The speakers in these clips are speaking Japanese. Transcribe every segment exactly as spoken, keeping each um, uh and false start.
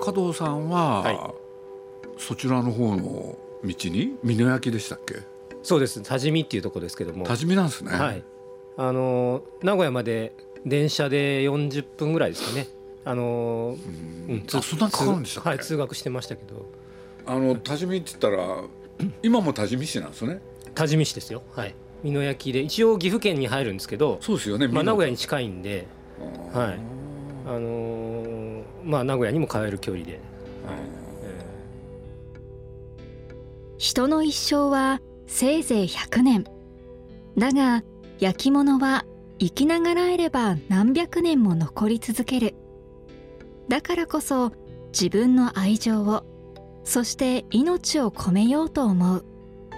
加藤さんは、はい、そちらの方の道に美濃焼でしたっけ？ そうです、多治見っていうところですけども。 多治見なんですね。 はい、あの名古屋まで電車でよんじゅっぷんぐらいですかね。あのうん、あ、そんなかかるんでしたっけ？ はい、通学してましたけど。 あの多治見って言ったら今も多治見市なんですね。 多治見市ですよ。はい、美濃焼で一応岐阜県に入るんですけど。 そうですよね。 まあ、名古屋に近いんで、はい、あのー、まあ名古屋にも通える距離で、はい、えー、人の一生はせいぜいひゃくねんだが、焼き物は生きながらえれば何百年も残り続ける。だからこそ自分の愛情を、そして命を込めようと思う。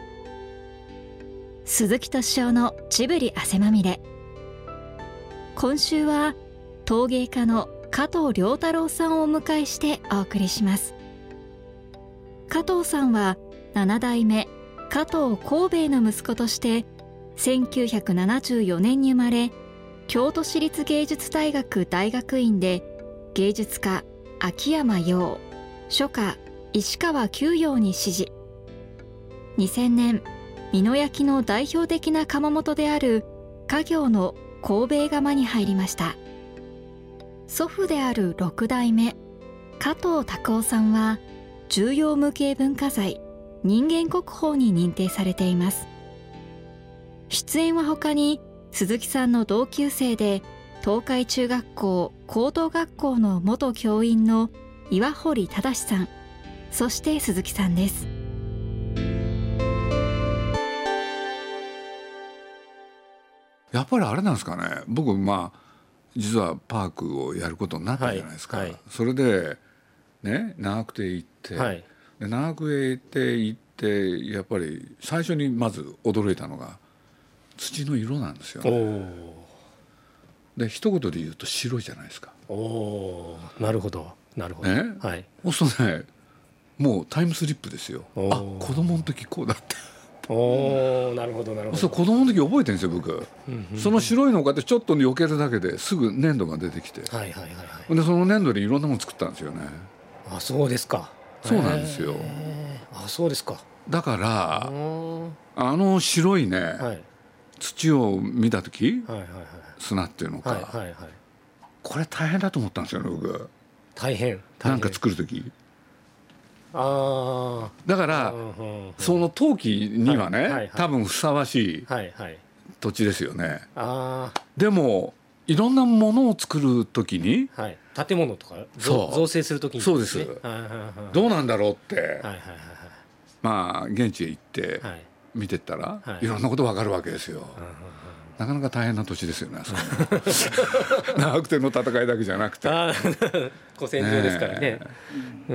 鈴木敏夫のジブリ汗まみれ。今週は陶芸家の加藤良太郎さんをお迎えしてお送りします。加藤さんはなな代目加藤幸兵衛の息子としてせんきゅうひゃくななじゅうよねんに生まれ、京都市立芸術大学大学院で芸術家秋山陽、書家石川久陽に師事。にせんねん、美濃焼の代表的な窯元である家業の神戸窯に入りました。祖父であるろく代目加藤拓夫さんは重要無形文化財人間国宝に認定されています。出演は他に鈴木さんの同級生で東海中学校高等学校の元教員の岩堀忠さん、そして鈴木さんです。 やっぱりあれなんですかね。僕まあ実はパークをやることになったじゃないですか、はいはい、それでね長久手行って、はい、で長久手行ってやっぱり最初にまず驚いたのが土の色なんですよね。で一言で言うと白いじゃないですか。 おー、なるほどなるほど、 ね、はい、そうするとねもうタイムスリップですよ。あ、子供の時こうだったおー、なるほどなるほど。 そう、子供の時覚えてるんですよ僕、うんうんうん、その白いのをこうやってちょっと避けるだけですぐ粘土が出てきて、はいはいはいはい、でその粘土でいろんなもの作ったんですよね。 あ、そうですか。 そうなんですよ。 あ、そうですか。 だからあの白いね、はい、土を見た時、はいはいはい、砂っていうのか、はいはいはい、これ大変だと思ったんですよね僕。 大変、 大変なんか作る時。 あだから、うんうんうん、その陶器にはね、はいはいはい、多分ふさわしい土地ですよね、はいはい、あでもいろんなものを作る時に、はい、 建物とか造成する時に、ね、 そうです、はいはいはい、どうなんだろうって、はいはいはい、まあ現地へ行って見てったら、はい、いろんなこと分かるわけですよ、はいはいはい、なかなか大変な土地ですよね。長久手の戦いだけじゃなくて古戦場ですからね、うん、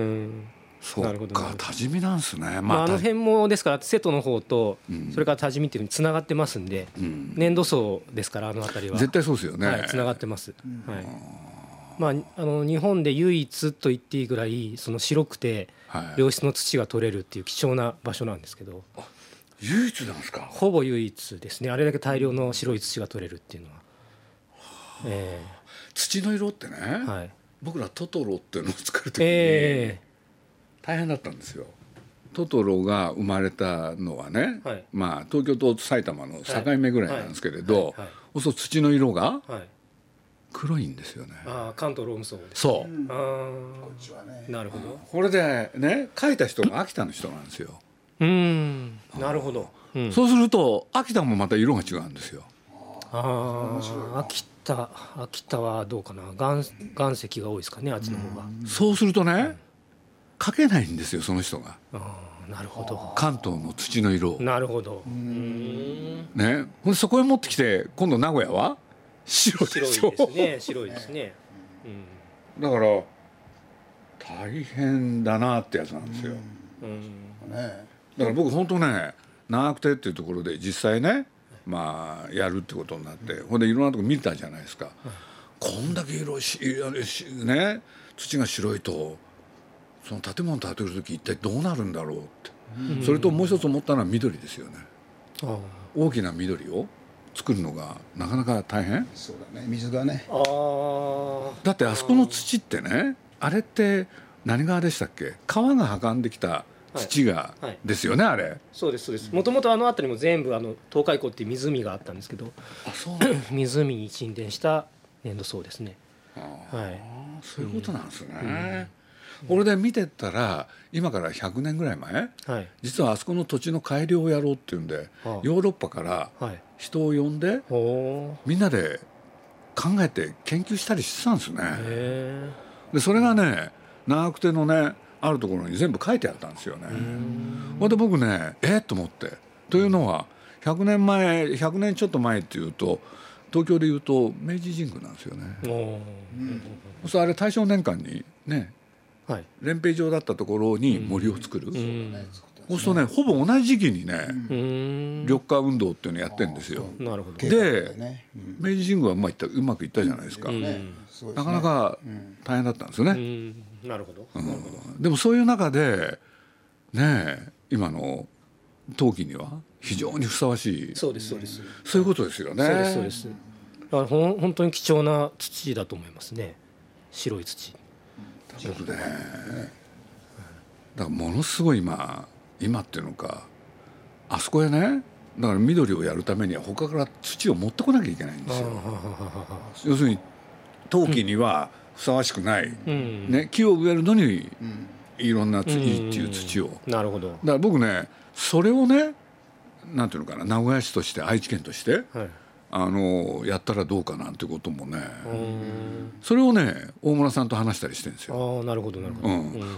そうか、多治見なんですね、まあまあ、あの辺もですから瀬戸の方とそれから多治見っていうふうにつながってますんで、うん、粘土層ですからあの辺りは絶対そうですよね、 はい、つながってます、うんはい、まあ、あの日本で唯一と言っていいぐらいその白くて良質の土が取れるっていう貴重な場所なんですけど、 はい、唯一なんですか？ ほぼ唯一ですね。あれだけ大量の白い土が取れるっていうのは、 えー、土の色ってね、はい、僕らトトロっていうのを作る時に、えー大変だったんですよ。トトロが生まれたのはね、はい、まあ東京と埼玉の境目ぐらいなんですけれど、はいはいはい、そう土の色が黒いんですよね、はい、 あ、関東ローム層ですね。 そう、 うん、あこっちはね、なるほど。 これでね描いた人が秋田の人なんですよ。 うーん、なるほど、うん、 そうすると秋田もまた色が違うんですよ。 ああ、秋田秋田はどうかな、岩岩石が多いですかね、あっちの方が。 うそうするとね、うん描けないんですよその人が。 あ、なるほど。 関東の土の色。 なるほど。うん、 ね、そこへ持ってきて今度名古屋は白でしょ。 白いですね。白いですね。 うん、だから大変だなってやつなんですよ。うん、だから僕本当ね長久手っていうところで実際ね、まあやるってことになって、ほんでいろんなとこ見たじゃないですか。こんだけ色しね土が白いと。その建物建てる時一体どうなるんだろうって、うん、それともう一つ思ったのは緑ですよね。あ大きな緑を作るのがなかなか大変。 そうだね、水がね。 あだってあそこの土ってね、あれって何川でしたっけ、川が運んできた土が、はい、ですよね、あれ。 そうですそうです。もともとあの辺りも全部あの東海湖っていう湖があったんですけど、 あ、そうなんです湖に沈殿した粘土層ですね。 あ、はい、そういうことなんですね。うん、これで見てったら今からひゃくねんぐらい前、はい、実はあそこの土地の改良をやろうっていうんで、はあ、ヨーロッパから人を呼んで、はい、みんなで考えて研究したりしてたんですね。でそれがね、長久手のねあるところに全部書いてあったんですよね。ほんで僕ね、えっと思って、というのはひゃくねんまえ、ひゃくねんちょっと前っていうと東京でいうと明治神宮なんですよね。うん、そあれ大正年間にね、はい、連兵場だったところに森を作る、うん、そうするとね、ほぼ同じ時期にね、うん、緑化運動っていうのをやってるんですよ。なるほど。で、うん、明治神宮はうまくいった、うまくいったじゃないですか。うん、なかなか大変だったんですよね。うん、 なるほど、 うん、でもそういう中でね、今の陶器には非常にふさわしい、 そうですそうです、 そういうことですよね。 そうですそうです。だからほん本当に貴重な土だと思いますね、白い土。 僕ね、だからものすごい今今っていうのか、あそこへね、だから緑をやるためには他から土を持ってこなきゃいけないんですよ。要するに陶器にはふさわしくない、うん、ね、木を植えるのにいろんな土、うん、いいっていう土を、 なるほど。だから僕ね、それをね、なんていうのかな、名古屋市として愛知県として、はい、あのやったらどうかなんてこともね、それをね大村さんと話したりしてるんですよ。 あ、なるほどなるほど。うん、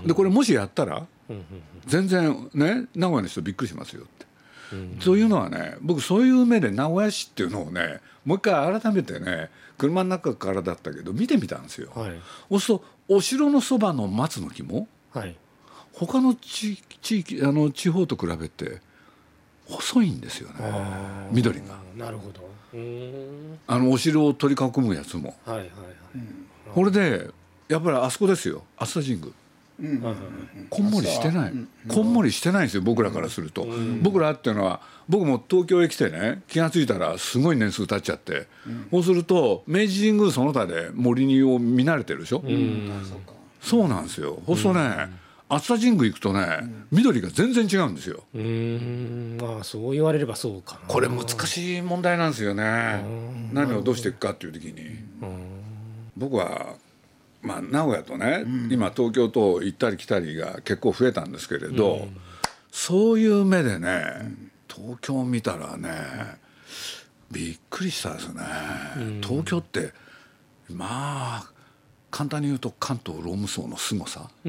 でこれもしやったら、うん、全然ね名古屋の人びっくりしますよって。うん、そういうのはね、僕そういう目で名古屋市っていうのをね、もう一回改めてね、車の中からだったけど見てみたんですよ。はい、そうするとお城のそばの松の木も、はい、他の地域、あの地方と比べて細いんですよね、緑が。 なるほど。うーん、 あのお城を取り囲むやつも、はいはいはい、うん、これでやっぱりあそこですよ、熱田神宮、うん、こんもりしてない、うん、こんもりしてないんですよ、僕らからすると。うん、僕らっていうのは、僕も東京へ来てね、気がついたらすごい年数経っちゃって、うん、そうすると明治神宮その他で森を見慣れてるでしょ、うん、そうなんですよ。そうするとね、熱田神宮行くとね、うん、緑が全然違うんですよ。 うーん、まあそう言われればそうかな。 これ難しい問題なんですよね。何をどうしていくかっていう時に、僕はまあ名古屋とね、うん、今東京と行ったり来たりが結構増えたんですけれど、うん、そういう目でね、東京を見たらね、びっくりしたですね。うん、東京ってまあ簡単に言うと関東ローム層の凄さ、うん、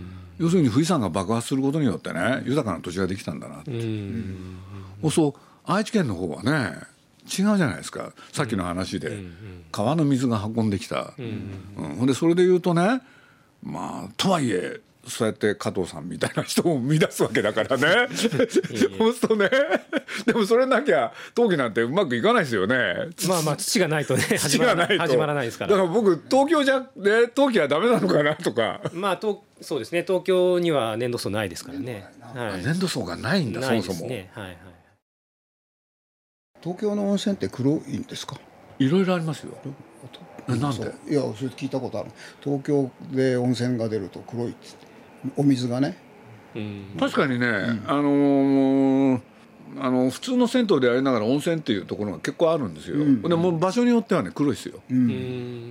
要するに富士山が爆発することによってね、豊かな土地ができたんだなって。うん、そう愛知県の方はね違うじゃないですか。さっきの話で、うん、川の水が運んできた、うんうん、でそれで言うとね、まあとはいえそうやって加藤さんみたいな人を生み出すわけだからねそうするとね、でもそれなきゃ陶器なんてうまくいかないですよね。 まあまあ土がないとね始まらないと始まらないですから。 だから僕東京じゃね陶器はダメなのかなとか。 まあとそうですね、東京には粘土層ないですからね。 はい、粘土層がないんだ、そもそも。はいはい。 東京の温泉って黒いんですか？ いろいろありますよ。なんで？ いや、それ聞いたことある。東京で温泉が出ると黒いってお水がね、 うん、確かにね、うん、あのー、あの普通の銭湯でありながら温泉っていうところが結構あるんですよ、うん、でも場所によってはね黒いですよ、うんうん、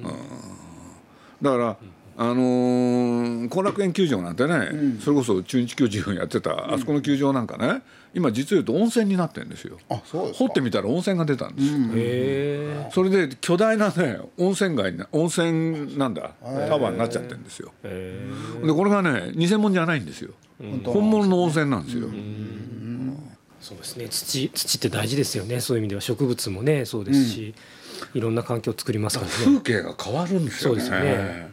だからあのー、後楽園球場なんてね、うん、それこそ中日巨人やってたあそこの球場なんかね、今実を言うと温泉になってるんですよ。あ、そうですか。掘ってみたら温泉が出たんですよ、うん、へそれで巨大なね温泉街に温泉なんだタワーになっちゃってるんですよ。へでこれがね偽物じゃないんですよ、本物の温泉なんですよ。うん、 そうですね、土土って大事ですよね。そういう意味では植物もねそうですし、うん、いろんな環境を作りますからね。 風景が変わるんですよね。 そうですね、うん、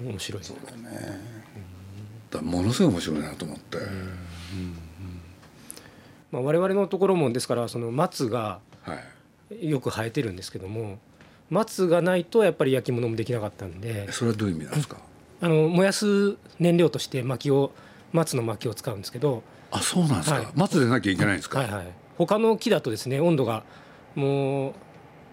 面白い。 そうだね、 だものすごい面白いなと思って、うんうん、 まあ、我々のところもですからその松がよく生えてるんですけども、松がないとやっぱり焼き物もできなかったんで。 それはどういう意味なんですか？ あの燃やす燃料として薪を松の薪を使うんですけど。 あ、そうなんですか、はい、松でなきゃいけないんですか？ はいはい。他の木だとですね温度がもう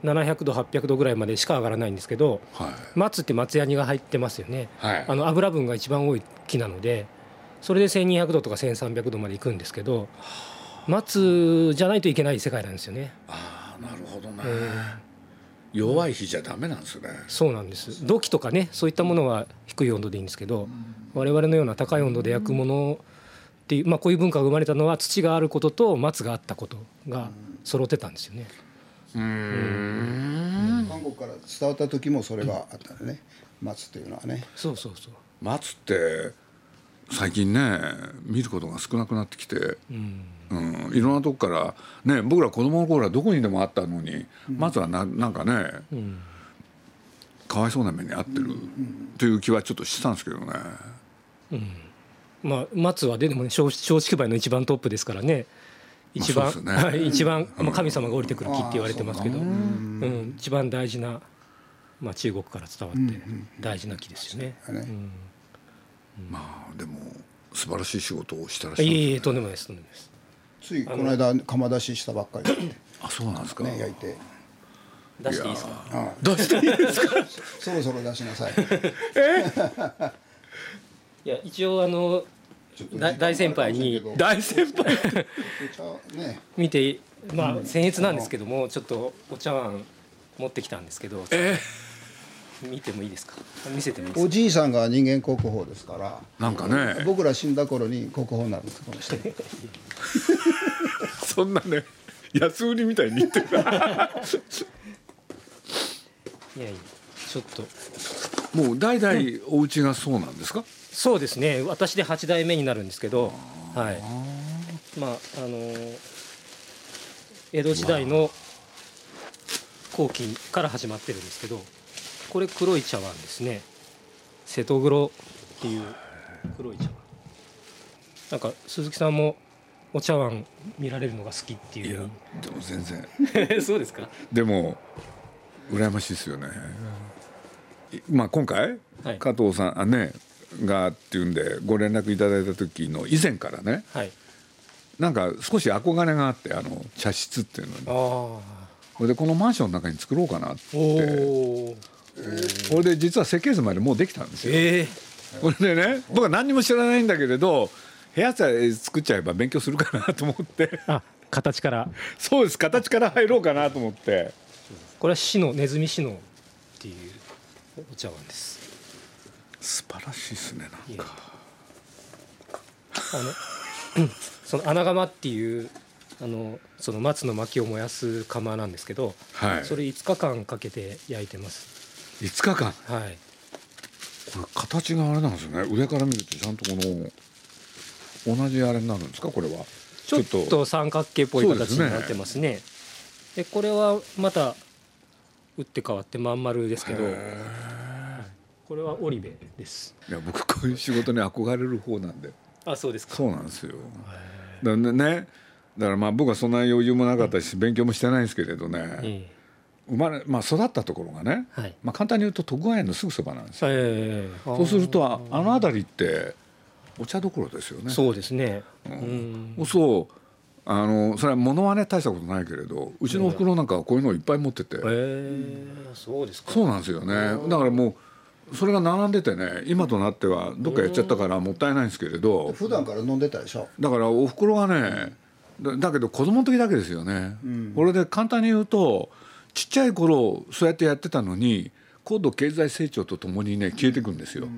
ななひゃくどはっぴゃくどぐらいまでしか上がらないんですけど、 はい、 松って松ヤニが入ってますよね、 はい、 あの油分が一番多い木なのでそれでせんにひゃくどとかせんさんびゃくどまで行くんですけど、松じゃないといけない世界なんですよね。 ああ、なるほどね、えー、弱い火じゃダメなんですね。 そうなんです。土器とかね、そういったものは低い温度でいいんですけど、我々のような高い温度で焼くものっていう、まあ、こういう文化が生まれたのは土があることと松があったことが揃ってたんですよね。 うーん、韓国から伝わった時もそれがあったんでね、松っていうのはね。 そうそうそう。 松って最近ね見ることが少なくなってきて、うんうん、いろんなとこからね、僕ら子供の頃はどこにでもあったのに、うん、松は な, なんかね、うん、かわいそうな目に遭ってるという気はちょっとしたんですけどね、 うん、まあ松はでもね松竹梅の一番トップですからね、一番、まあね、一番、まあ、神様が降りてくる木って言われてますけど、うんうん、一番大事な、まあ、中国から伝わって大事な木ですよね、うんうんうん、 まあでも素晴らしい仕事をしたらしいですね。 いえいえ、とんでもないです、とんでもないです。 ついこの間窯出ししたばっかりであ、そうなんですか、 ね、焼いて出していいですか。 ああ、出していいですかそろそろ出しなさいえいや一応あの大先輩に大先輩ね、見て、まあ僭越なんですけども、ちょっとお茶碗持ってきたんですけど、えー、見てもいいですか。見せてもいいですか。 おじいさんが人間国宝ですから、 なんかね、 僕ら死んだ頃に国宝になるんです、この人そんなね、安売りみたいに言ってるいやいや、ちょっともう代々お家がそうなんですか。 そうですね、私ではちだいめになるんですけど、はい、まああの江戸時代の後期から始まってるんですけど、これ黒い茶碗ですね。瀬戸黒っていう黒い茶碗。なんか鈴木さんもお茶碗見られるのが好きっていう。いやでも全然そうですか。 でも羨ましいですよね、うん、まあ今回、はい、加藤さんあねがっていうんでご連絡いただいた時の以前からね、はい、なんか少し憧れがあって、あの茶室っていうのに、あそれでこのマンションの中に作ろうかなって、おこれで実は設計図までもうできたんですよ、えー、これでね、僕は何にも知らないんだけれど部屋さえ作っちゃえば勉強するかなと思ってあ、形からそうです、形から入ろうかなと思って。 これはシノ、ネズミシノっていうお茶碗です。 素晴らしいですね。なんかあのその穴窯っていうあのその松の薪を燃やす窯なんですけど、はい、それいつかかんかけて焼いてます。 いつかかん。はい。これ形があれなんですよね。上から見るとちゃんとこの同じあれになるんですか、これは。 ちょっと三角形っぽい形になってますね。でこれはまた打って変わってまん丸ですけど、これは織部です。 いや僕こういう仕事に憧れる方なんで。 あ、そうですか。 そうなんですよ。だからね、だからまあ僕はそんな余裕もなかったし、うん、勉強もしてないんですけれどね、えー、生まれまあ育ったところがね、はい、まあ簡単に言うと徳川園のすぐそばなんですよ。えー、そうすると あ, あの辺りってお茶どころですよね。 そうですね。 うん、うん、そうあのそれは物はね大したことないけれど、うちのおふくろなんかはこういうのをいっぱい持ってて、えー、そうですか。 そうなんですよね。だからもうそれが並んでてね、今となってはどっかやっちゃったからもったいないんですけれど、 普段から飲んでたでしょ。 だからおふくろがね、だ, だけど子供の時だけですよね、うん、これで簡単に言うとちっちゃい頃そうやってやってたのに高度経済成長とともにね消えていくんですよ、うん、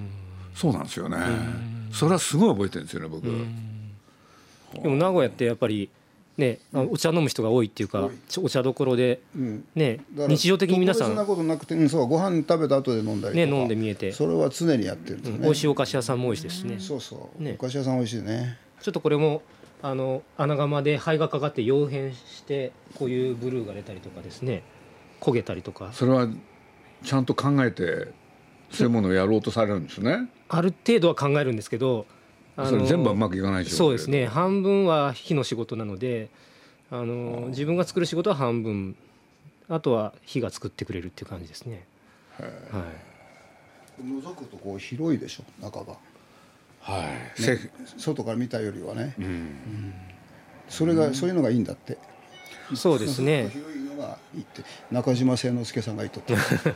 そうなんですよね、うん、それはすごい覚えてるんですよね僕、うん、 でも名古屋ってやっぱりね、お茶飲む人が多いっていうか、お茶どころで、ね、日常的に皆さん特別なことなくて、うん、そうご飯食べた後で飲んだりとか、ね、 飲んで見えて、 それは常にやってるんですね、うん、 美味しいお菓子屋さんも多いですしね、 そうそう、ね、お菓子屋さん美味しいね。 ちょっとこれもあの穴窯で灰がかかって溶変してこういうブルーが出たりとかですね、焦げたりとか、 それはちゃんと考えてそういうものをやろうとされるんですね。 ある程度は考えるんですけど、 あのそれ全部はうまくいかないでしょう。 そうですね、半分は火の仕事なので、あの自分が作る仕事は半分、あとは火が作ってくれるっていう感じですね。はい、 覗くとこう広いでしょ中が、 はい、 ね、外から見たよりはね、うんうん、それが、うん、そういうのがいいんだって。 そうですね。 広いのがが行って中島清之介さんがいとった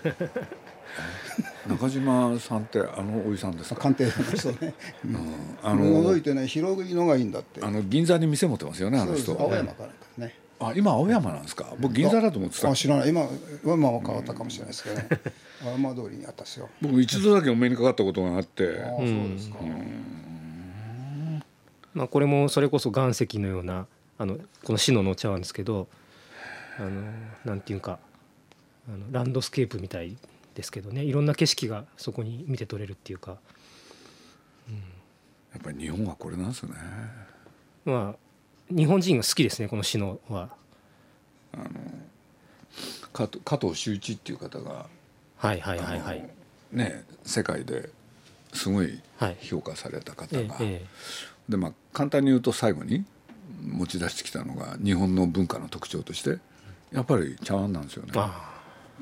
中島さんってあのおじさんですか？ 官邸の人ね、うん、 あの覗いてね広いのがいいんだって。 あの銀座に店持ってますよね、あの人。 青山からね。 あ、今青山なんですか？僕銀座だと思ってた。 あ、知らない。今今は変わったかもしれないですけどね。青山通りにあったですよ。 僕一度だけお目にかかったことがあって。 ああ、そうですか。 まあこれもそれこそ岩石のようなあのこの篠のお茶碗ですけど、あのなんていうかあのランドスケープみたいですけどね、いろんな景色がそこに見て取れるっていうか、 うん、やっぱり日本はこれなんですよね。 まあ日本人が好きですね、この篠は。 あの加藤、加藤修一っていう方がはいはいはいはい、 ね、世界ですごい評価された方が、はい、ええ、でまあ簡単に言うと最後に持ち出してきたのが日本の文化の特徴としてやっぱり茶碗なんですよね。あ、うん、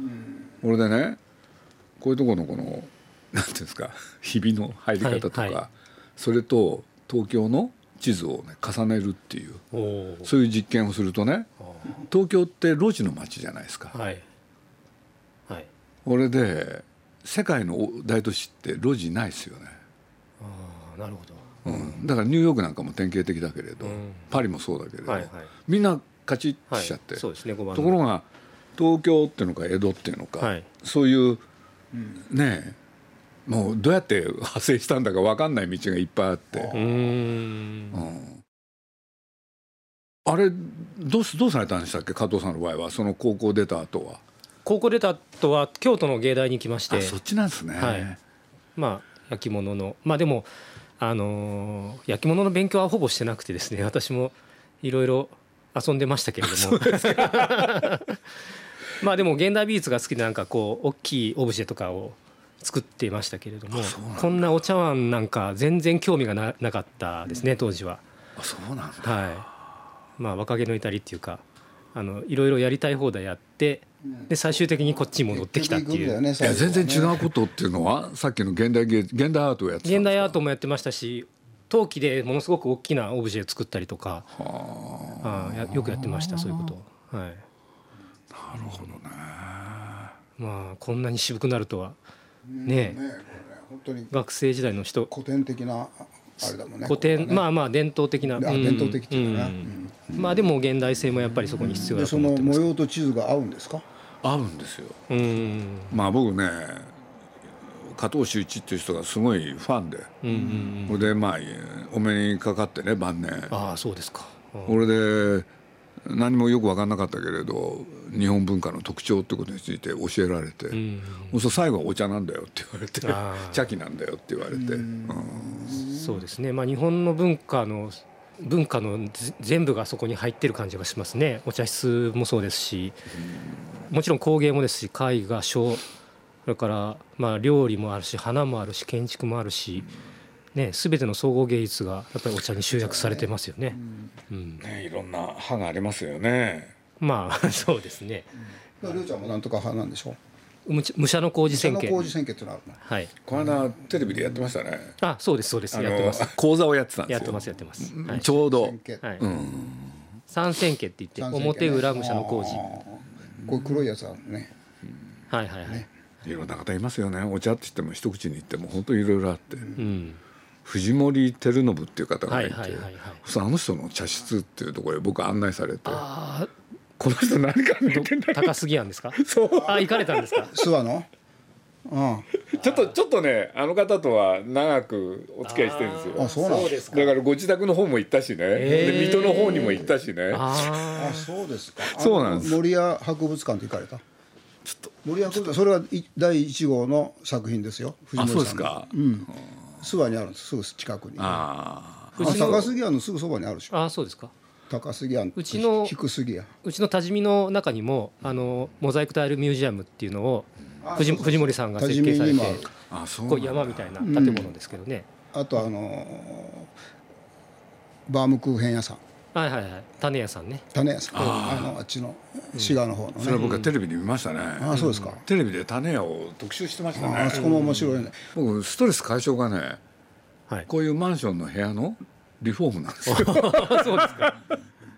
これでね、こういうところのこのなんていうんですか、ひびの入り方とか、はいはい、それと東京の地図を、ね、重ねるっていうそういう実験をするとね、東京って路地の街じゃないですか。はいはい、これで世界の大都市って路地ないですよね。 あ、なるほど、 うん、だからニューヨークなんかも典型的だけれど、うん、パリもそうだけれど、はいはい、みんなカチッしちゃって、はい、そうですね、ところが東京っていうのか江戸っていうのか、はい、そういう、うん、ねえ、もうどうやって派生したんだか分かんない道がいっぱいあって、うーん、うん、あれどう、どうされたんでしたっけ、加藤さんの場合は。その高校出た後は高校出た後は京都の芸大に来まして。 あ、そっちなんですね。はい、 まあ焼き物の、まあでもあのー、焼き物の勉強はほぼしてなくてですね、私もいろいろ遊んでましたけれどもまあでも現代美術が好きで、なんかこう大きいオブジェとかを作っていましたけれども、こんなお茶碗なんか全然興味が な, なかったですね、当時は。 あ、そうなんだ。 はい、まあ若気の至りっていうか、あのいろいろやりたい放題やって、で最終的にこっちに戻ってきたっていう、 ね、全然違うことっていうのはさっきの現代芸現代アートをやってたんですか？ 現代アートもやってましたし、陶器でものすごく大きなオブジェを作ったりとか、はあ、やよくやってました、そういうことを。はい、なるほどね。 まあこんなに渋くなるとはねえ、ね、本当に学生時代の人、 古典的なあれだもんね。 古典、ね、まあまあ伝統的な、 うん、伝統的っていうかね、 うんうん、まあでも現代性もやっぱりそこに必要だと思ってます。 でその模様と地図が合うんですか？ 合うんですよ。うん、まあ僕ね、加藤修一っていう人がすごいファンで、うんうんうん、これでまあお目にかかってね、晩年。 ああ、そうですか。 これで何もよく分かんなかったけれど、日本文化の特徴ってことについて教えられて、うんうん、そう最後はお茶なんだよって言われて、茶器なんだよって言われて、うん、 そうですね、まあ、日本の文化の文化の全部がそこに入ってる感じがしますね。お茶室もそうですし、もちろん工芸もですし、絵画書、それからまあ料理もあるし、花もあるし、建築もあるし、ね、全ての総合芸術がやっぱりお茶に集約されてますよね。 うん、ね、いろんな派がありますよね。 まあそうですね。 りょうちゃんもなんとか派なんでしょう。 武者の工事宣言。 武者の工事宣言ってのあるの。 はい。 この間テレビでやってましたね。 あ、そうですそうです。やってます。 講座をやってたんですよ。 やってますやってます。 はい、ちょうど。はい。 うん、三千家って言って、ね、表裏武者の工事。 こう黒いやつあるね。 うん、はいはいはい。 ね、いろんな方いますよね。お茶って言っても一口に言っても本当にいろいろあって。うん、藤森照信っていう方がいて、はいはいはいはい、あの人の茶室っていうところへ僕案内されて、あ、この人何考えてんだろう。 高杉庵ですか？ そう。 あ、行かれたんですか？ 諏訪の。うん。 ちょっとちょっとね、あの方とは長くお付き合いしてるんですよ。 あ、そうなんですか。 だからご自宅の方も行ったしね、えー、で水戸の方にも行ったしね。 ああ、そうですか。 そうなんです。 守谷博物館って行かれた？ちょっと守谷博物館、それはだいいち号の作品ですよ。 藤森さんの。あ、そうですか。 うん。諏訪にあるんです。すぐ近くに。ああ。高杉庵のすぐそばにあるでしょ。 ああ、そうですか。 高杉庵。 うちの低杉庵。 うちの多治見の中にもあのモザイクタイルミュージアムっていうのを藤, 藤森さんが設計されて、あ、そうこう山みたいな建物ですけどね。 うん、あとあのバームクーヘン屋さん。 はいはいはい。種屋さんね。 種屋さん。あ, あのあっちの滋賀の方のね。 それは僕はテレビで見ましたね。 ああ、そうですか。 テレビで種屋を特集してましたね。 あ, あそこも面白いね。 僕ストレス解消がね、はい、こういうマンションの部屋のリフォームなんですよ。 そうですか。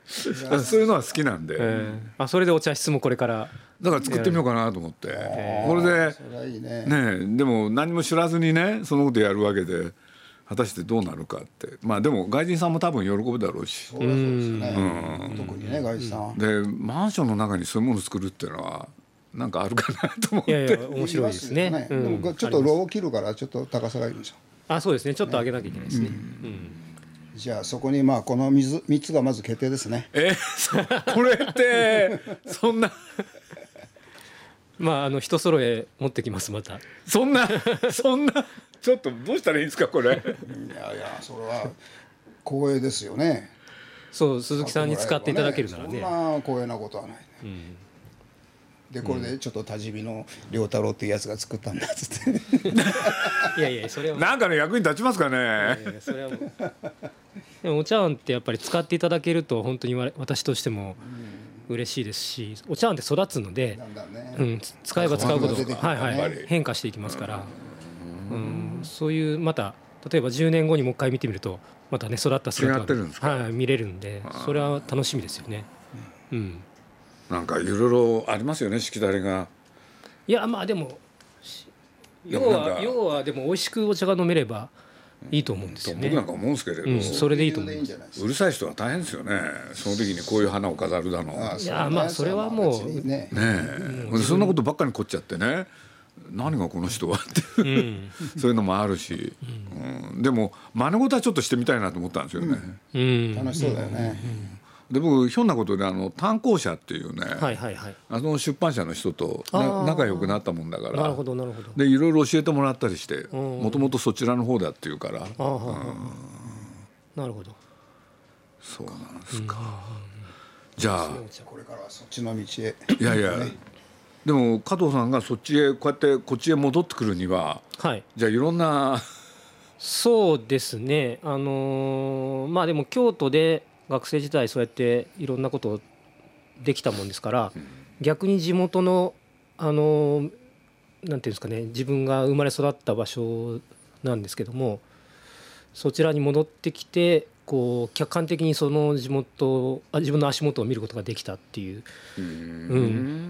そういうのは好きなんで、 えー、あそれでお茶室もこれからだから作ってみようかなと思って、これでそれはいいね。 ね、でも何も知らずにねそのことやるわけで果たしてどうなるかって、まあでも外人さんも多分喜ぶだろうし、 そうだそうですね、うん、特にね外人さんは。 でマンションの中にそういうものを作るっていうのはなんかあるかなと思って。いやいや面白いですね。ね、 うん、でもちょっとローを切るからちょっと高さがいるんですよ。 あ、そうですね、ちょっと上げなきゃいけないですね。うんうん、じゃあそこにまあこの水みっつがまず決定ですね。 えー、これってそんなまああの人揃え持ってきますまた。 そんなそんなちょっとどうしたらいいんですかこれ。いやいやそれは光栄ですよね。 そう鈴木さんに使っていただけるならね。 そんな光栄なことはない、ね。うん、でこれでちょっと多治見の良太郎っていうやつが作ったんだっつって。 いやいやそれはなんかの役に立ちますかね。いやいやそれはもうでもお茶碗ってやっぱり使っていただけると本当に私としても嬉しいですし、お茶碗って育つので、ね、うん、使えば使うほど、はいはい、変化していきますから、うん、そういうまた例えばじゅうねんごにもう一回見てみるとまたね育った姿が、はい、見れるんでそれは楽しみですよね。うん、 なんかいろいろありますよねしきたりが。 いやまあでも要は要はでも美味しくお茶が飲めればいいと思うんですよね。 僕なんか思うんですけれど、 うん、それでいいと思う。 うるさい人は大変ですよね。その時にこういう花を飾るだの。 いやまあそれはもうねえ、うん、そんなことばっかり凝っちゃってね。何がこの人はっていう、うん、そういうのもあるし、うん、でも真似事はちょっとしてみたいなと思ったんですよね。 うん、楽しそうだよね。 で僕ひょんなことであの炭鉱社っていうね、 はいはいはい、 あの出版社の人と仲良くなったもんだから、 なるほどなるほど。 でいろいろ教えてもらったりして、もともとそちらの方だっていうから、 あ、うん、なるほど。 そうなんですか。うん、じゃあこれからはそっちの道へ。 いやいや。でも加藤さんがそっちへこうやってこっちへ戻ってくるには、はい、じゃあいろんなそうですね、あのー、まあでも京都で学生時代そうやっていろんなことできたもんですから、うん、逆に地元のあのー、なんていうんですかね、自分が生まれ育った場所なんですけども、そちらに戻ってきてこう客観的にその地元あ自分の足元を見ることができたっていう、うん、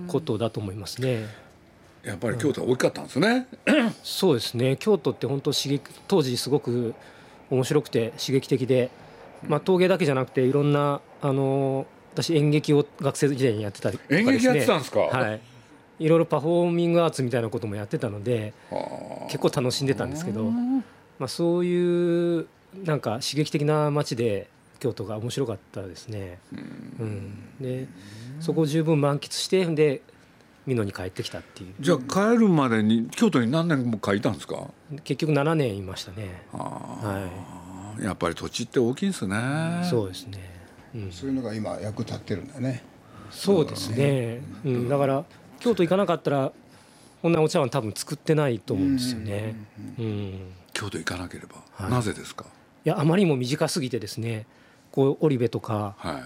ことだと思いますね。 やっぱり京都は大きかったんですね。 そうですね、京都って本当刺激当時すごく面白くて刺激的で、まあ、陶芸だけじゃなくていろんなあの私演劇を学生時代にやってたりとかですね。 演劇やってたんですか。 はい、いろいろパフォーミングアーツみたいなこともやってたので結構楽しんでたんですけど、まあ、そういうなんか刺激的な街で京都が面白かったですね。うん、でそこを十分満喫してで美濃に帰ってきたっていう。 じゃあ帰るまでに京都に何年も帰ったんですか。 結局ななねんいましたね。あ、 はい、やっぱり土地って大きいんですね。 そうですね、 うん、そういうのが今役立ってるんだよね。 そうですね、うん、だから京都行かなかったらこんなお茶碗多分作ってないと思うんですよね。うん、うん、 京都行かなければ、はい、なぜですか。 いやあまりにも短すぎてですね、こう織部とか、はい、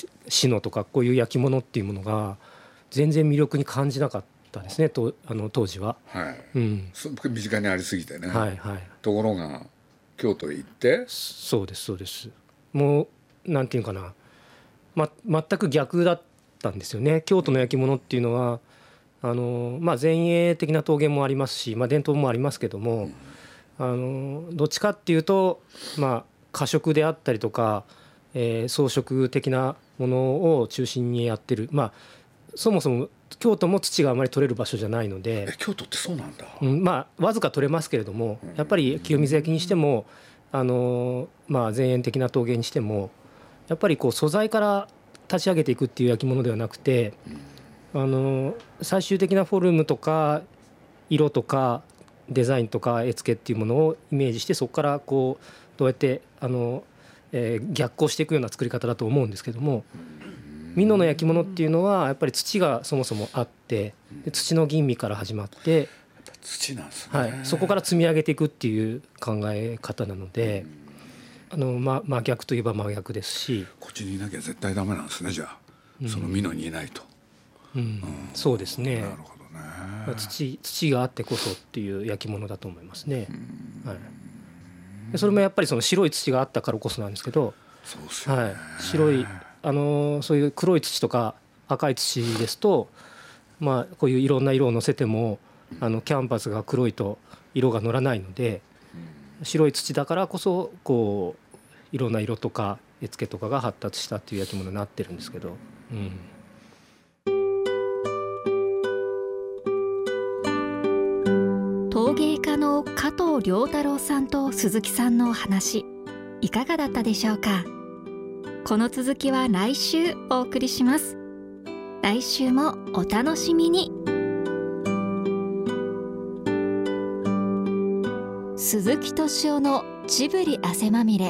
志野とかこういう焼き物っていうものが全然魅力に感じなかったですねとあの当時は、はい、うん、 身近にありすぎてね、 はいはい、 ところが京都へ行ってそうですそうです、もうなんていうかな、ま、全く逆だったんですよね。京都の焼き物っていうのはあの、まあ、前衛的な陶芸もありますし、まあ、伝統もありますけども、うん、あのどっちかっていうと、まあ、花飾であったりとか、えー、装飾的なものを中心にやってる、まあ、そもそも京都も土があまり取れる場所じゃないので。 え京都ってそうなんだ、 うん、まあわずか取れますけれども、やっぱり清水焼にしてもあの、まあ、前縁的な陶芸にしてもやっぱりこう素材から立ち上げていくっていう焼き物ではなくて、あの最終的なフォルムとか色とかデザインとか絵付けっていうものをイメージしてそこからこうどうやってあの、えー、逆行していくような作り方だと思うんですけども、美濃の焼き物っていうのはやっぱり土がそもそもあってで土の吟味から始まって土なんですね、 はい、そこから積み上げていくっていう考え方なので、あの、ま、真逆といえば真逆ですし、 こっちにいなきゃ絶対ダメなんですね。じゃあ、うん、その美濃にいないと、 うんうん、そうですね。 なるほどね。 土、土があってこそっていう焼き物だと思いますね、はい、それもやっぱりその白い土があったからこそなんですけど、 そうですよね、 はい、白いあのそういう黒い土とか赤い土ですと、まあ、こういういろんな色をのせてもあのキャンバスが黒いと色が乗らないので、白い土だからこそこういろんな色とか絵付けとかが発達したっていう焼き物になってるんですけど、うん、 陶芸家の加藤良太郎さんと鈴木さんのお話いかがだったでしょうか。この続きは来週お送りします。来週もお楽しみに。鈴木敏夫のジブリ汗まみれ。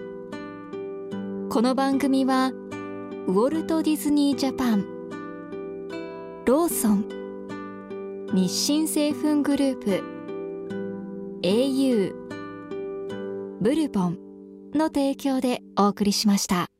この番組はウォルト・ディズニー・ジャパン、ローソン、日清製粉グループ、エーユー、ブルボンの提供でお送りしました。